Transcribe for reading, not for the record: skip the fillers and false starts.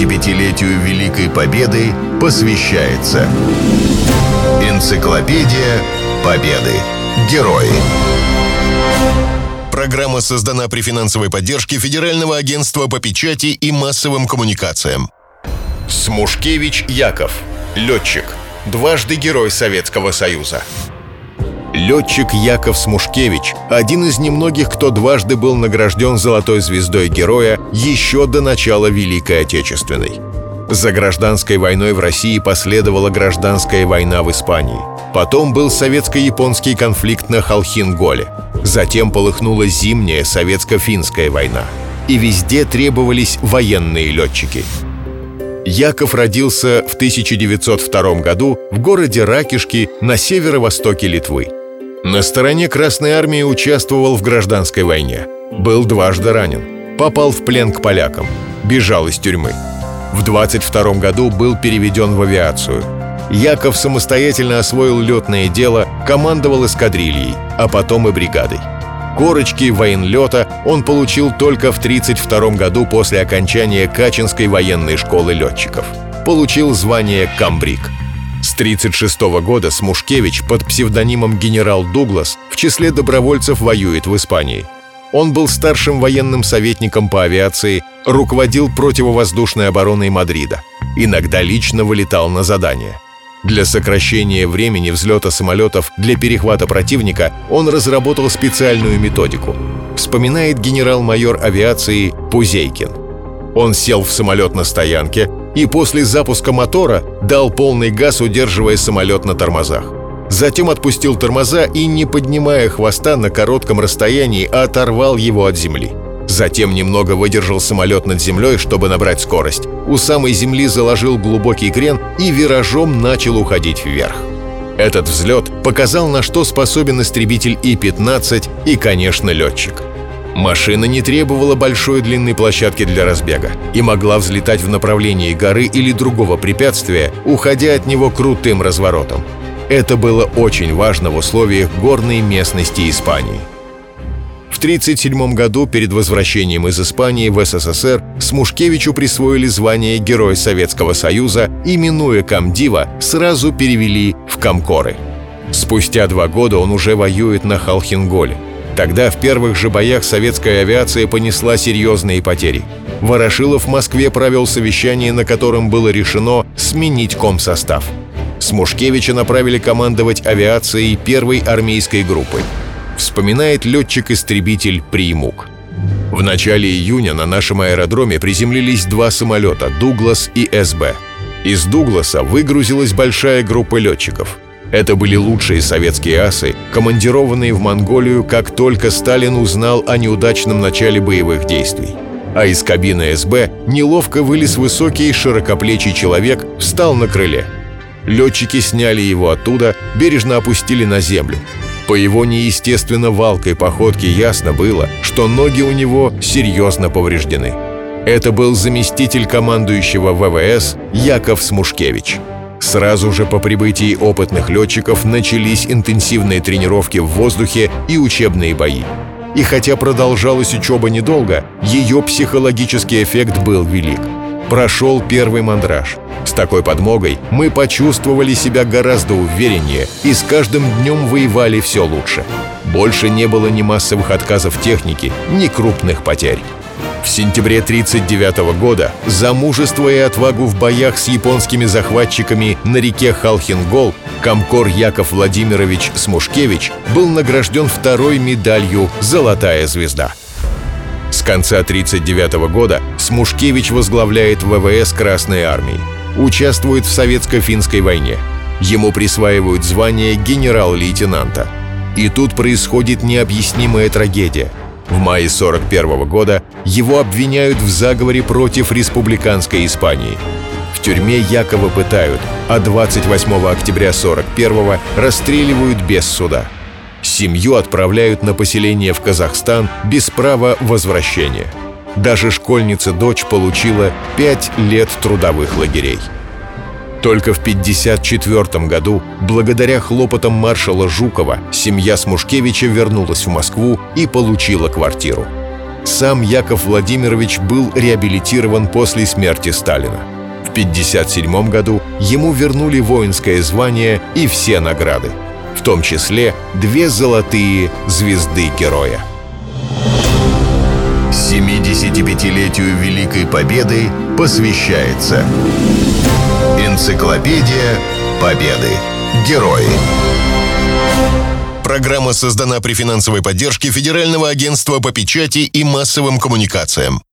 75-летию Великой Победы посвящается Энциклопедия Победы. Герои. Программа создана при финансовой поддержке Федерального агентства по печати и массовым коммуникациям. Смушкевич Яков. Летчик. Дважды Герой Советского Союза. Летчик Яков Смушкевич – один из немногих, кто дважды был награжден Золотой звездой Героя еще до начала Великой Отечественной. За гражданской войной в России последовала гражданская война в Испании. Потом был советско-японский конфликт на Халхин-Голе. Затем полыхнула зимняя советско-финская война. И везде требовались военные летчики. Яков родился в 1902 году в городе Ракишки на северо-востоке Литвы. На стороне Красной Армии участвовал в гражданской войне. Был дважды ранен. Попал в плен к полякам. Бежал из тюрьмы. В 1922 году был переведен в авиацию. Яков самостоятельно освоил летное дело, командовал эскадрильей, а потом и бригадой. Корочки военлета он получил только в 1932 году после окончания Качинской военной школы летчиков. Получил звание комбриг. С 1936 года Смушкевич под псевдонимом генерал Дуглас в числе добровольцев воюет в Испании. Он был старшим военным советником по авиации, руководил противовоздушной обороной Мадрида. Иногда лично вылетал на задания. Для сокращения времени взлета самолетов для перехвата противника он разработал специальную методику. Вспоминает генерал-майор авиации Пузейкин. Он сел в самолет на стоянке и после запуска мотора дал полный газ, удерживая самолет на тормозах. Затем отпустил тормоза и, не поднимая хвоста на коротком расстоянии, оторвал его от земли. Затем немного выдержал самолет над землей, чтобы набрать скорость. У самой земли заложил глубокий крен и виражом начал уходить вверх. Этот взлет показал, на что способен истребитель И-15 и, конечно, летчик. Машина не требовала большой длинной площадки для разбега и могла взлетать в направлении горы или другого препятствия, уходя от него крутым разворотом. Это было очень важно в условиях горной местности Испании. В 1937 году, перед возвращением из Испании в СССР, Смушкевичу присвоили звание Герой Советского Союза и, минуя комдива, сразу перевели в комкоры. Спустя 2 года он уже воюет на Халхин-Голе. Тогда в первых же боях советская авиация понесла серьезные потери. Ворошилов в Москве провел совещание, на котором было решено сменить комсостав. Смушкевича направили командовать авиацией первой армейской группы. Вспоминает летчик-истребитель Приемук. В начале июня на нашем аэродроме приземлились 2 самолета «Дуглас» и «СБ». Из «Дугласа» выгрузилась большая группа летчиков. Это были лучшие советские асы, командированные в Монголию, как только Сталин узнал о неудачном начале боевых действий. А из кабины СБ неловко вылез высокий широкоплечий человек, встал на крыле. Летчики сняли его оттуда, бережно опустили на землю. По его неестественно валкой походке ясно было, что ноги у него серьезно повреждены. Это был заместитель командующего ВВС Яков Смушкевич. Сразу же по прибытии опытных летчиков начались интенсивные тренировки в воздухе и учебные бои. И хотя продолжалась учеба недолго, ее психологический эффект был велик. Прошел первый мандраж. С такой подмогой мы почувствовали себя гораздо увереннее и с каждым днем воевали все лучше. Больше не было ни массовых отказов техники, ни крупных потерь. В сентябре 1939 года за мужество и отвагу в боях с японскими захватчиками на реке Халхин-Гол комкор Яков Владимирович Смушкевич был награжден 2-й медалью «Золотая звезда». С конца 1939 года Смушкевич возглавляет ВВС Красной Армии, участвует в советско-финской войне. Ему присваивают звание генерал-лейтенанта. И тут происходит необъяснимая трагедия. В мае 1941 года его обвиняют в заговоре против республиканской Испании. В тюрьме Якова пытают, а 28 октября 1941 расстреливают без суда. Семью отправляют на поселение в Казахстан без права возвращения. Даже школьница-дочь получила 5 лет трудовых лагерей. Только в 1954 году, благодаря хлопотам маршала Жукова, семья Смушкевича вернулась в Москву и получила квартиру. Сам Яков Владимирович был реабилитирован после смерти Сталина. В 1957 году ему вернули воинское звание и все награды, в том числе 2 золотые звезды Героя. 75-летию Великой Победы посвящается Энциклопедия Победы. Герои. Программа создана при финансовой поддержке Федерального агентства по печати и массовым коммуникациям.